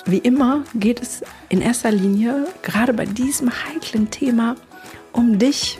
Wie immer geht es in erster Linie, gerade bei diesem heiklen Thema, um dich.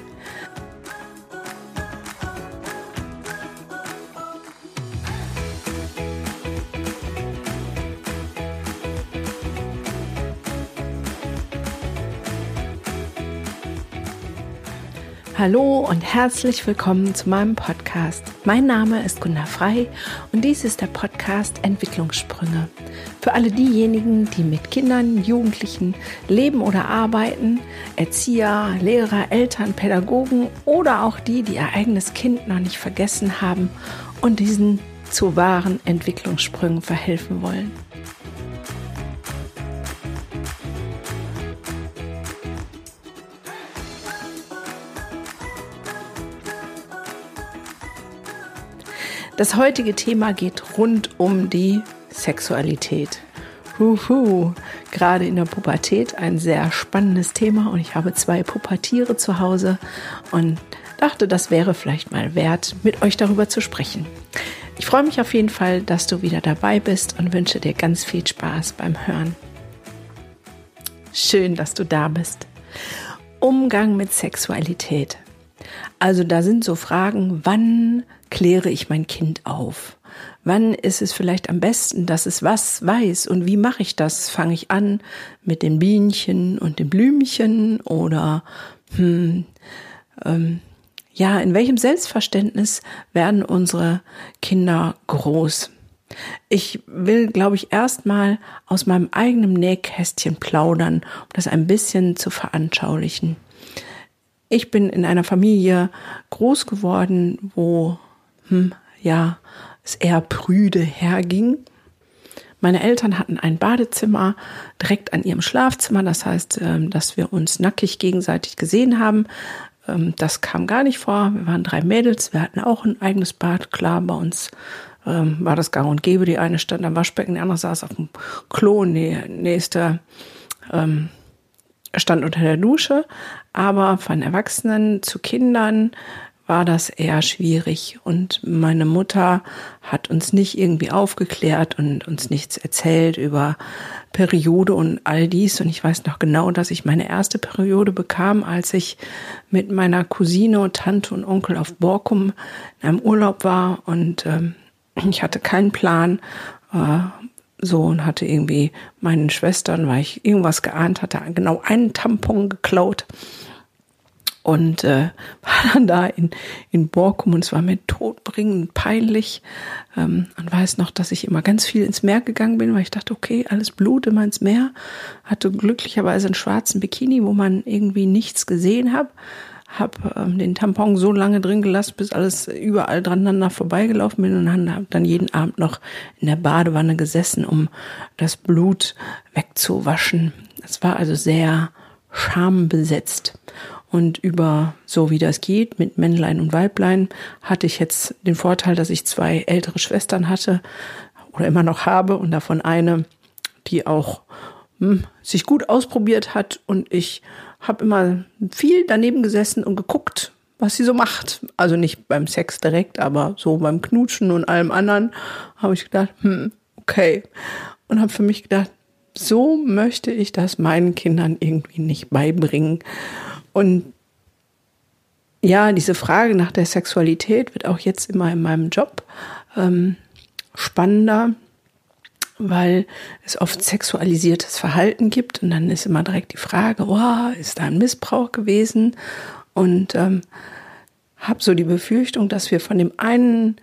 Hallo und herzlich willkommen zu meinem Podcast. Mein Name ist Gunda Frei und dies ist der Podcast Entwicklungssprünge. Für alle diejenigen, die mit Kindern, Jugendlichen leben oder arbeiten, Erzieher, Lehrer, Eltern, Pädagogen oder auch die ihr eigenes Kind noch nicht vergessen haben und diesen zu wahren Entwicklungssprüngen verhelfen wollen. Das heutige Thema geht rund um die Sexualität. Gerade in der Pubertät ein sehr spannendes Thema und ich habe 2 Pubertiere zu Hause und dachte, das wäre vielleicht mal wert, mit euch darüber zu sprechen. Ich freue mich auf jeden Fall, dass du wieder dabei bist und wünsche dir ganz viel Spaß beim Hören. Schön, dass du da bist. Umgang mit Sexualität. Also da sind so Fragen, wann kläre ich mein Kind auf? Wann ist es vielleicht am besten, dass es was weiß? Und wie mache ich das? Fange ich an mit den Bienchen und den Blümchen? Oder in welchem Selbstverständnis werden unsere Kinder groß? Ich will, glaube ich, erstmal aus meinem eigenen Nähkästchen plaudern, um das ein bisschen zu veranschaulichen. Ich bin in einer Familie groß geworden, wo es eher prüde herging. Meine Eltern hatten ein Badezimmer direkt an ihrem Schlafzimmer. Das heißt, dass wir uns nackig gegenseitig gesehen haben. Das kam gar nicht vor. Wir waren 3 Mädels. Wir hatten auch ein eigenes Bad. Klar, bei uns war das gang und gäbe. Die eine stand am Waschbecken, die andere saß auf dem Klo und die nächste stand unter der Dusche. Aber von Erwachsenen zu Kindern war das eher schwierig und meine Mutter hat uns nicht irgendwie aufgeklärt und uns nichts erzählt über Periode und all dies. Und ich weiß noch genau, dass ich meine erste Periode bekam, als ich mit meiner Cousine und Tante und Onkel auf Borkum in einem Urlaub war und ich hatte keinen Plan und hatte irgendwie meinen Schwestern, weil ich irgendwas geahnt hatte, genau einen Tampon geklaut. Und war dann da in Borkum und es war mir todbringend peinlich. Und weiß noch, dass ich immer ganz viel ins Meer gegangen bin, weil ich dachte, okay, alles Blut immer ins Meer. Hatte glücklicherweise einen schwarzen Bikini, wo man irgendwie nichts gesehen hat. Hab den Tampon so lange drin gelassen, bis alles überall dran vorbeigelaufen bin und habe dann jeden Abend noch in der Badewanne gesessen, um das Blut wegzuwaschen. Das war also sehr schambesetzt. Und über so wie das geht mit Männlein und Weiblein hatte ich jetzt den Vorteil, dass ich 2 ältere Schwestern hatte oder immer noch habe und davon eine, die auch sich gut ausprobiert hat und ich habe immer viel daneben gesessen und geguckt, was sie so macht. Also nicht beim Sex direkt, aber so beim Knutschen und allem anderen habe ich gedacht, okay. Und habe für mich gedacht, so möchte ich das meinen Kindern irgendwie nicht beibringen. Und ja, diese Frage nach der Sexualität wird auch jetzt immer in meinem Job spannender, weil es oft sexualisiertes Verhalten gibt. Und dann ist immer direkt die Frage, ist da ein Missbrauch gewesen? Und habe so die Befürchtung, dass wir von dem einen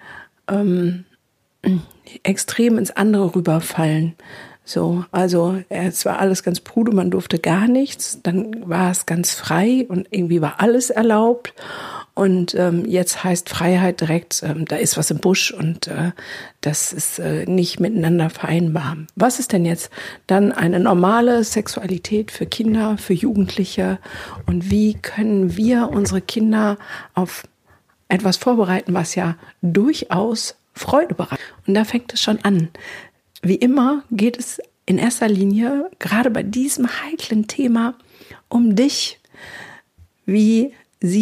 Extrem ins andere rüberfallen. So, also es war alles ganz prude, man durfte gar nichts, dann war es ganz frei und irgendwie war alles erlaubt und jetzt heißt Freiheit direkt, da ist was im Busch und das ist nicht miteinander vereinbar. Was ist denn jetzt dann eine normale Sexualität für Kinder, für Jugendliche und wie können wir unsere Kinder auf etwas vorbereiten, was ja durchaus Freude bereitet? Und da fängt es schon an. Wie immer geht es in erster Linie, gerade bei diesem heiklen Thema, um dich. Wie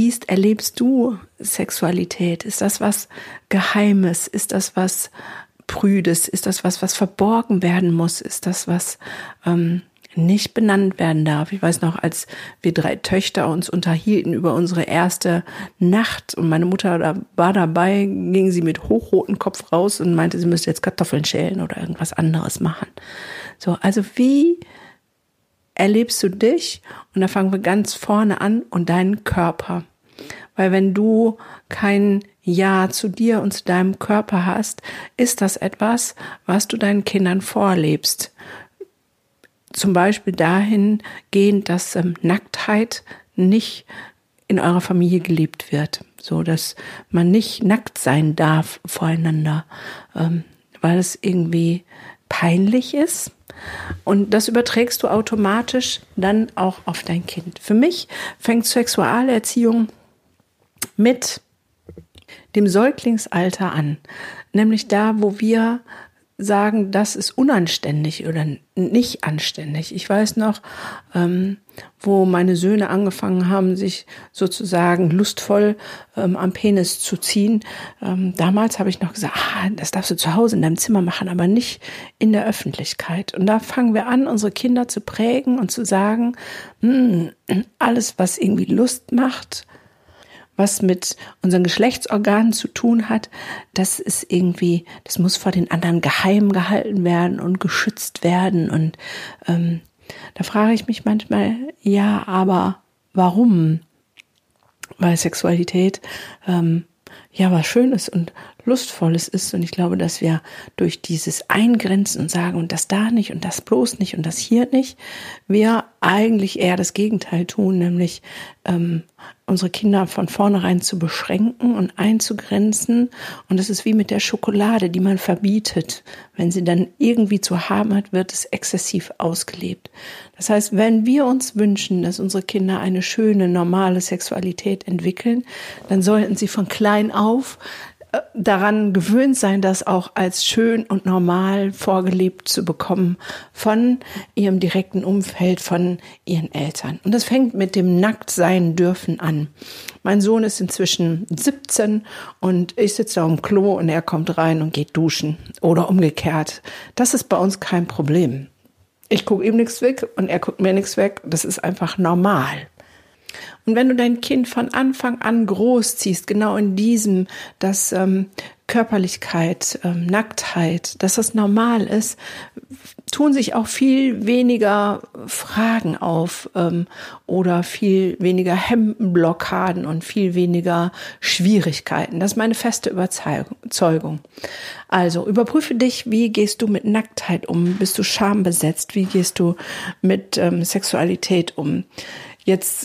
erlebst du Sexualität? Ist das was Geheimes? Ist das was Prüdes? Ist das was verborgen werden muss? Ist das was nicht benannt werden darf? Ich weiß noch, als wir 3 Töchter uns unterhielten über unsere erste Nacht und meine Mutter war dabei, ging sie mit hochrotem Kopf raus und meinte, sie müsste jetzt Kartoffeln schälen oder irgendwas anderes machen. So, also wie erlebst du dich? Und da fangen wir ganz vorne an und deinen Körper. Weil wenn du kein Ja zu dir und zu deinem Körper hast, ist das etwas, was du deinen Kindern vorlebst. Zum Beispiel dahingehend, dass Nacktheit nicht in eurer Familie gelebt wird. So, dass man nicht nackt sein darf voreinander, weil es irgendwie peinlich ist. Und das überträgst du automatisch dann auch auf dein Kind. Für mich fängt Sexualerziehung mit dem Säuglingsalter an. Nämlich da, wo wir sagen, das ist unanständig oder nicht anständig. Ich weiß noch, wo meine Söhne angefangen haben, sich sozusagen lustvoll am Penis zu ziehen. Damals habe ich noch gesagt, das darfst du zu Hause in deinem Zimmer machen, aber nicht in der Öffentlichkeit. Und da fangen wir an, unsere Kinder zu prägen und zu sagen, alles, was irgendwie Lust macht, was mit unseren Geschlechtsorganen zu tun hat, das muss vor den anderen geheim gehalten werden und geschützt werden. Und da frage ich mich manchmal, ja, aber warum? Weil Sexualität was Schönes und Lustvolles ist. Und ich glaube, dass wir durch dieses Eingrenzen und sagen, und das da nicht und das bloß nicht und das hier nicht, wir eigentlich eher das Gegenteil tun, nämlich unsere Kinder von vornherein zu beschränken und einzugrenzen. Und es ist wie mit der Schokolade, die man verbietet. Wenn sie dann irgendwie zu haben hat, wird es exzessiv ausgelebt. Das heißt, wenn wir uns wünschen, dass unsere Kinder eine schöne, normale Sexualität entwickeln, dann sollten sie von klein auf daran gewöhnt sein, das auch als schön und normal vorgelebt zu bekommen von ihrem direkten Umfeld, von ihren Eltern. Und das fängt mit dem Nacktsein dürfen an. Mein Sohn ist inzwischen 17 und ich sitze auf dem Klo und er kommt rein und geht duschen oder umgekehrt. Das ist bei uns kein Problem. Ich gucke ihm nichts weg und er guckt mir nichts weg. Das ist einfach normal. Und wenn du dein Kind von Anfang an großziehst, genau in diesem, dass Körperlichkeit, Nacktheit, dass das normal ist, tun sich auch viel weniger Fragen auf oder viel weniger Hemmblockaden und viel weniger Schwierigkeiten. Das ist meine feste Überzeugung. Also überprüfe dich, wie gehst du mit Nacktheit um? Bist du schambesetzt? Wie gehst du mit Sexualität um? Jetzt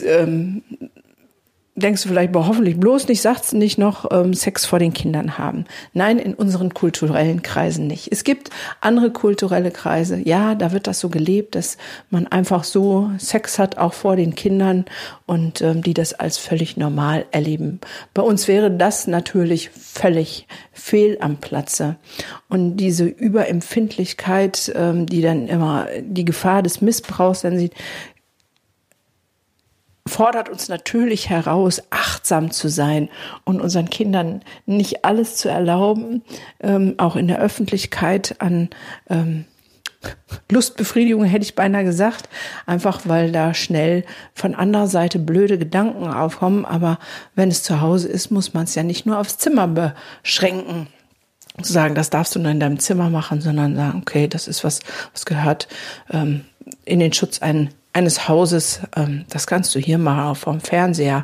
denkst du vielleicht, hoffentlich bloß nicht, sagst du nicht noch Sex vor den Kindern haben. Nein, in unseren kulturellen Kreisen nicht. Es gibt andere kulturelle Kreise, ja, da wird das so gelebt, dass man einfach so Sex hat, auch vor den Kindern und die das als völlig normal erleben. Bei uns wäre das natürlich völlig fehl am Platze. Und diese Überempfindlichkeit, die dann immer die Gefahr des Missbrauchs dann sieht, fordert uns natürlich heraus, achtsam zu sein und unseren Kindern nicht alles zu erlauben, auch in der Öffentlichkeit an Lustbefriedigung, hätte ich beinahe gesagt, einfach weil da schnell von anderer Seite blöde Gedanken aufkommen. Aber wenn es zu Hause ist, muss man es ja nicht nur aufs Zimmer beschränken. Zu sagen, das darfst du nur in deinem Zimmer machen, sondern sagen, okay, das ist was gehört in den Schutz eines Hauses, das kannst du hier machen, auch vom Fernseher.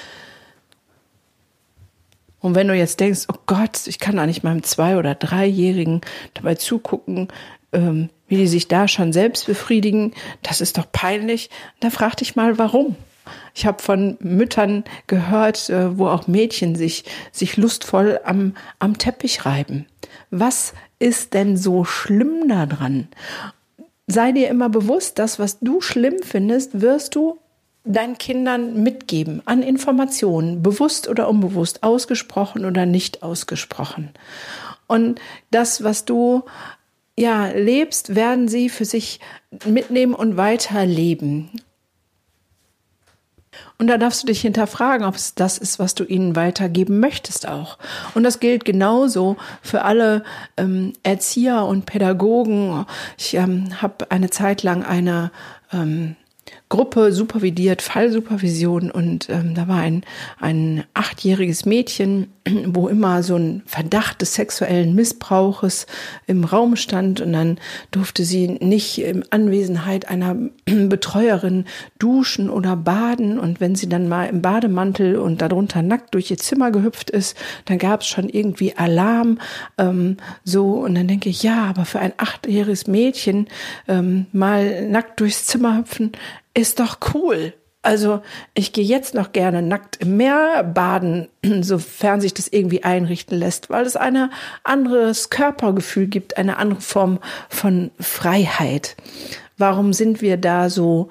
Und wenn du jetzt denkst, oh Gott, ich kann doch nicht meinem 2- oder 3-Jährigen dabei zugucken, wie die sich da schon selbst befriedigen, das ist doch peinlich, dann frag dich mal, warum. Ich habe von Müttern gehört, wo auch Mädchen sich lustvoll am Teppich reiben. Was ist denn so schlimm daran? Sei dir immer bewusst, das, was du schlimm findest, wirst du deinen Kindern mitgeben an Informationen, bewusst oder unbewusst, ausgesprochen oder nicht ausgesprochen. Und das, was du lebst, werden sie für sich mitnehmen und weiterleben. Und da darfst du dich hinterfragen, ob es das ist, was du ihnen weitergeben möchtest auch. Und das gilt genauso für alle Erzieher und Pädagogen. Ich habe eine Zeit lang eine Gruppe supervidiert, Fallsupervision, und da war ein 8-jähriges Mädchen, wo immer so ein Verdacht des sexuellen Missbrauches im Raum stand, und dann durfte sie nicht in Anwesenheit einer Betreuerin duschen oder baden, und wenn sie dann mal im Bademantel und darunter nackt durch ihr Zimmer gehüpft ist, dann gab es schon irgendwie Alarm, so, und dann denke ich, ja, aber für ein 8-jähriges Mädchen mal nackt durchs Zimmer hüpfen, ist doch cool. Also ich gehe jetzt noch gerne nackt im Meer baden, sofern sich das irgendwie einrichten lässt, weil es ein anderes Körpergefühl gibt, eine andere Form von Freiheit. Warum sind wir da so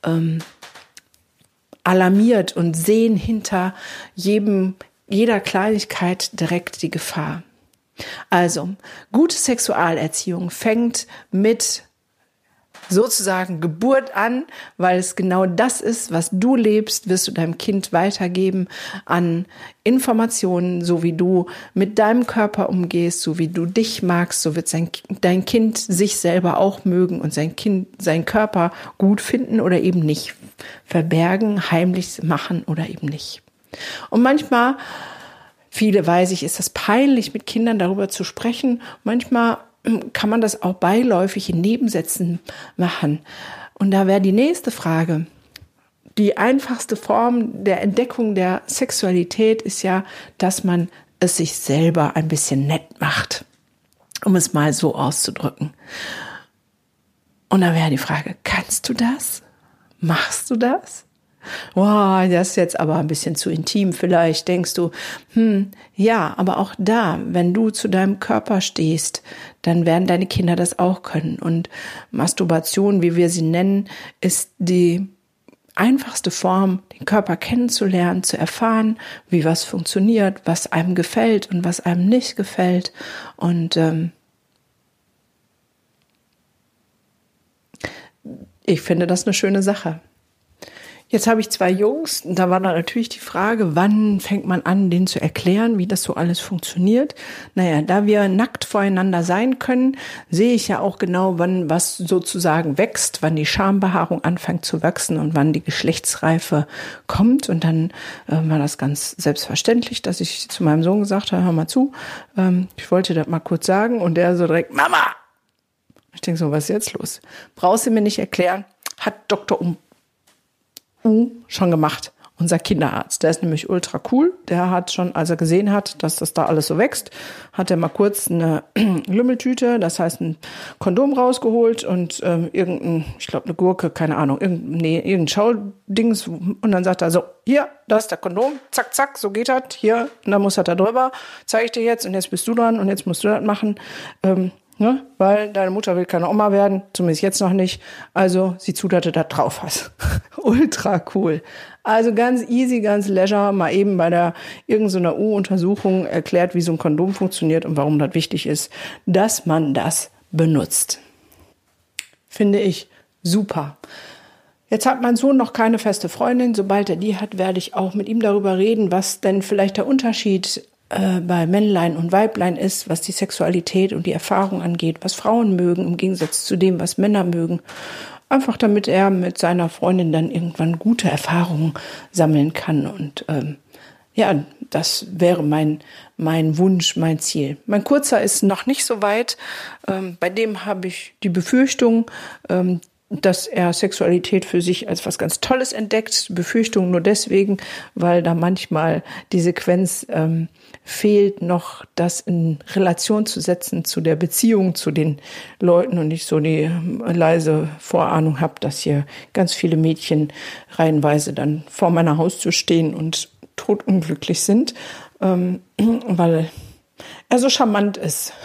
alarmiert und sehen hinter jeder Kleinigkeit direkt die Gefahr? Also, gute Sexualerziehung fängt mit sozusagen Geburt an, weil es genau das ist, was du lebst, wirst du deinem Kind weitergeben an Informationen, so wie du mit deinem Körper umgehst, so wie du dich magst, so wird dein Kind sich selber auch mögen und seinen Körper gut finden oder eben nicht, verbergen, heimlich machen oder eben nicht. Und manchmal, viele weiß ich, ist das peinlich, mit Kindern darüber zu sprechen. Manchmal kann man das auch beiläufig in Nebensätzen machen. Und da wäre die nächste Frage. Die einfachste Form der Entdeckung der Sexualität ist ja, dass man es sich selber ein bisschen nett macht, um es mal so auszudrücken. Und da wäre die Frage, kannst du das? Machst du das? Wow, das ist jetzt aber ein bisschen zu intim. Vielleicht denkst du, ja, aber auch da, wenn du zu deinem Körper stehst, dann werden deine Kinder das auch können. Und Masturbation, wie wir sie nennen, ist die einfachste Form, den Körper kennenzulernen, zu erfahren, wie was funktioniert, was einem gefällt und was einem nicht gefällt. Und ich finde das eine schöne Sache. Jetzt habe ich 2 Jungs, da war dann natürlich die Frage, wann fängt man an, denen zu erklären, wie das so alles funktioniert. Naja, da wir nackt voreinander sein können, sehe ich ja auch genau, wann was sozusagen wächst, wann die Schambehaarung anfängt zu wachsen und wann die Geschlechtsreife kommt. Und dann war das ganz selbstverständlich, dass ich zu meinem Sohn gesagt habe, hör mal zu, ich wollte das mal kurz sagen. Und der so direkt, Mama! Ich denke so, was ist jetzt los? Brauchst du mir nicht erklären, hat Dr. schon gemacht. Unser Kinderarzt, der ist nämlich ultra cool. Der hat schon, als er gesehen hat, dass das da alles so wächst, hat er mal kurz eine Lümmeltüte, das heißt ein Kondom rausgeholt und ich glaube eine Gurke, keine Ahnung, irgendein Schaudings. Und dann sagt er so, hier, da ist der Kondom, zack, zack, so geht das, hier, und dann muss er da drüber, zeige ich dir jetzt, und jetzt bist du dran und jetzt musst du das machen. Ne? Weil deine Mutter will keine Oma werden, zumindest jetzt noch nicht. Also sieh zu, dass du da drauf hast. Ultra cool. Also ganz easy, ganz leisure, mal eben bei der irgendeiner U-Untersuchung erklärt, wie so ein Kondom funktioniert und warum das wichtig ist, dass man das benutzt. Finde ich super. Jetzt hat mein Sohn noch keine feste Freundin. Sobald er die hat, werde ich auch mit ihm darüber reden, was denn vielleicht der Unterschied bei Männlein und Weiblein ist, was die Sexualität und die Erfahrung angeht, was Frauen mögen im Gegensatz zu dem, was Männer mögen. Einfach damit er mit seiner Freundin dann irgendwann gute Erfahrungen sammeln kann. Und ja, das wäre mein Wunsch, mein Ziel. Mein Kurzer ist noch nicht so weit. Bei dem habe ich die Befürchtung, dass er Sexualität für sich als was ganz Tolles entdeckt. Befürchtung nur deswegen, weil da manchmal die Sequenz fehlt, noch das in Relation zu setzen zu der Beziehung zu den Leuten und ich so die leise Vorahnung habe, dass hier ganz viele Mädchen reihenweise dann vor meiner Haustür stehen und totunglücklich sind, weil er so charmant ist.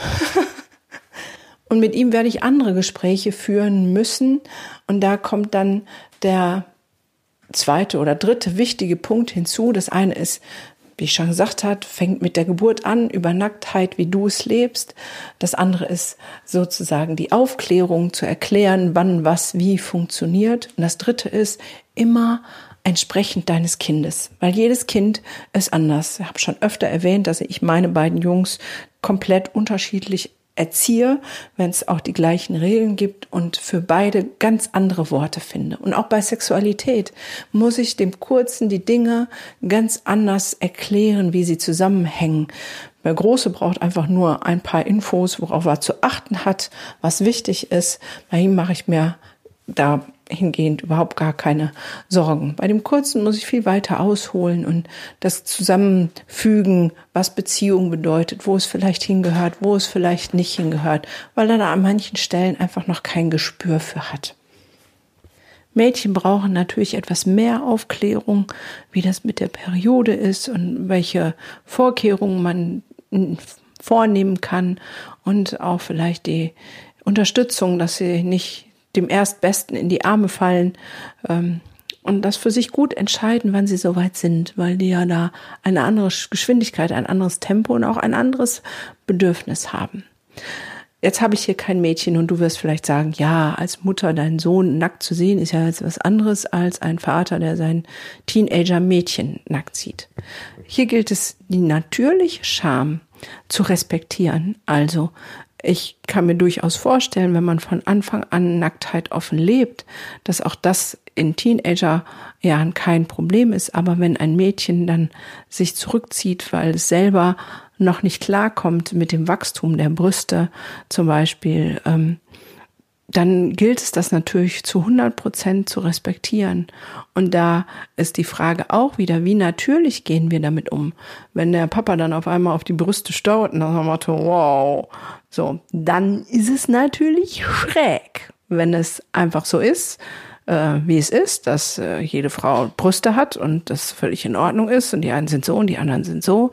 Und mit ihm werde ich andere Gespräche führen müssen. Und da kommt dann der 2. oder 3. wichtige Punkt hinzu. Das eine ist, wie ich schon gesagt habe, fängt mit der Geburt an, über Nacktheit, wie du es lebst. Das andere ist sozusagen die Aufklärung, zu erklären, wann, was, wie funktioniert. Und das 3. ist, immer entsprechend deines Kindes, weil jedes Kind ist anders. Ich habe schon öfter erwähnt, dass ich meine beiden Jungs komplett unterschiedlich erziehe, wenn es auch die gleichen Regeln gibt und für beide ganz andere Worte finde. Und auch bei Sexualität muss ich dem Kurzen die Dinge ganz anders erklären, wie sie zusammenhängen. Der Große braucht einfach nur ein paar Infos, worauf er zu achten hat, was wichtig ist. Bei ihm mache ich mir dahingehend überhaupt gar keine Sorgen. Bei dem Kurzen muss ich viel weiter ausholen und das zusammenfügen, was Beziehung bedeutet, wo es vielleicht hingehört, wo es vielleicht nicht hingehört, weil er da an manchen Stellen einfach noch kein Gespür für hat. Mädchen brauchen natürlich etwas mehr Aufklärung, wie das mit der Periode ist und welche Vorkehrungen man vornehmen kann und auch vielleicht die Unterstützung, dass sie nicht dem Erstbesten in die Arme fallen und das für sich gut entscheiden, wann sie soweit sind, weil die ja da eine andere Geschwindigkeit, ein anderes Tempo und auch ein anderes Bedürfnis haben. Jetzt habe ich hier kein Mädchen und du wirst vielleicht sagen, ja, als Mutter deinen Sohn nackt zu sehen, ist ja jetzt was anderes als ein Vater, der sein Teenager-Mädchen nackt sieht. Hier gilt es, die natürliche Scham zu respektieren. Also ich kann mir durchaus vorstellen, wenn man von Anfang an Nacktheit offen lebt, dass auch das in Teenagerjahren kein Problem ist. Aber wenn ein Mädchen dann sich zurückzieht, weil es selber noch nicht klarkommt mit dem Wachstum der Brüste zum Beispiel, dann gilt es, das natürlich zu 100% zu respektieren. Und da ist die Frage auch wieder, wie natürlich gehen wir damit um? Wenn der Papa dann auf einmal auf die Brüste staut und dann Motto, wow, so, dann ist es natürlich schräg. Wenn es einfach so ist, wie es ist, dass jede Frau Brüste hat und das völlig in Ordnung ist und die einen sind so und die anderen sind so,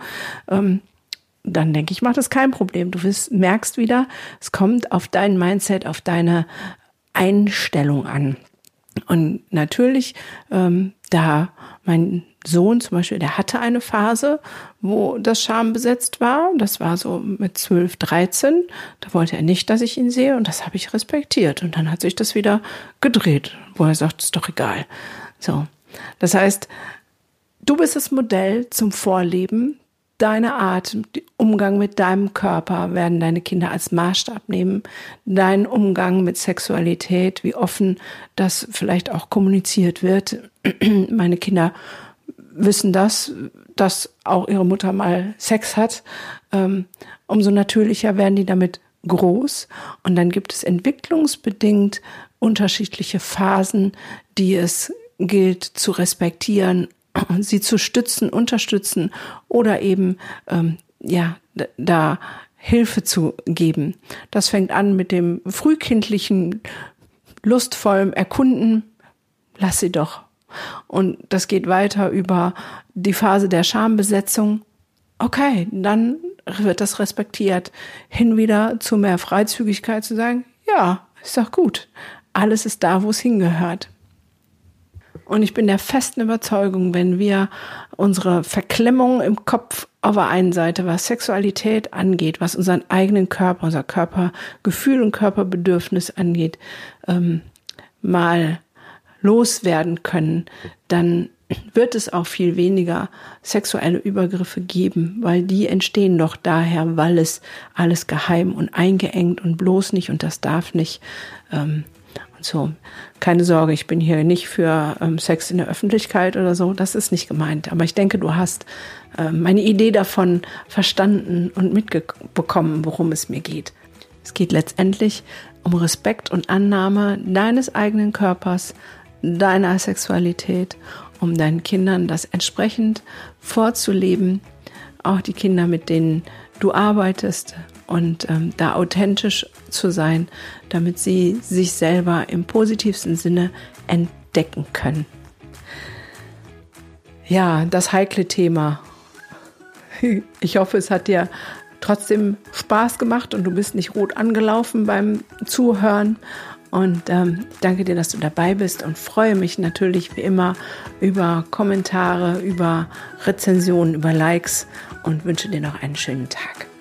dann denke ich, macht das kein Problem. Du merkst wieder, es kommt auf dein Mindset, auf deine Einstellung an. Und natürlich, da mein Sohn zum Beispiel, der hatte eine Phase, wo das schambesetzt war. Das war so mit 12, 13. Da wollte er nicht, dass ich ihn sehe und das habe ich respektiert. Und dann hat sich das wieder gedreht, wo er sagt, ist doch egal. So, das heißt, du bist das Modell zum Vorleben. Deine Art, Umgang mit deinem Körper werden deine Kinder als Maßstab nehmen. Dein Umgang mit Sexualität, wie offen das vielleicht auch kommuniziert wird. Meine Kinder wissen das, dass auch ihre Mutter mal Sex hat. Umso natürlicher werden die damit groß. Und dann gibt es entwicklungsbedingt unterschiedliche Phasen, die es gilt zu respektieren, sie zu stützen, unterstützen oder eben da Hilfe zu geben. Das fängt an mit dem frühkindlichen, lustvollen Erkunden. Lass sie doch. Und das geht weiter über die Phase der Schambesetzung. Okay, dann wird das respektiert. Hin wieder zu mehr Freizügigkeit zu sagen, ja, ist doch gut. Alles ist da, wo es hingehört. Und ich bin der festen Überzeugung, wenn wir unsere Verklemmung im Kopf auf der einen Seite, was Sexualität angeht, was unseren eigenen Körper, unser Körpergefühl und Körperbedürfnis angeht, mal loswerden können, dann wird es auch viel weniger sexuelle Übergriffe geben, weil die entstehen doch daher, weil es alles geheim und eingeengt und bloß nicht und das darf nicht. So, keine Sorge, ich bin hier nicht für Sex in der Öffentlichkeit oder so, das ist nicht gemeint. Aber ich denke, du hast meine Idee davon verstanden und mitbekommen, worum es mir geht. Es geht letztendlich um Respekt und Annahme deines eigenen Körpers, deiner Sexualität, um deinen Kindern das entsprechend vorzuleben, auch die Kinder, mit denen du arbeitest und da authentisch zu sein, damit sie sich selber im positivsten Sinne entdecken können. Ja, das heikle Thema. Ich hoffe, es hat dir trotzdem Spaß gemacht und du bist nicht rot angelaufen beim Zuhören. Und danke dir, dass du dabei bist und freue mich natürlich wie immer über Kommentare, über Rezensionen, über Likes und wünsche dir noch einen schönen Tag.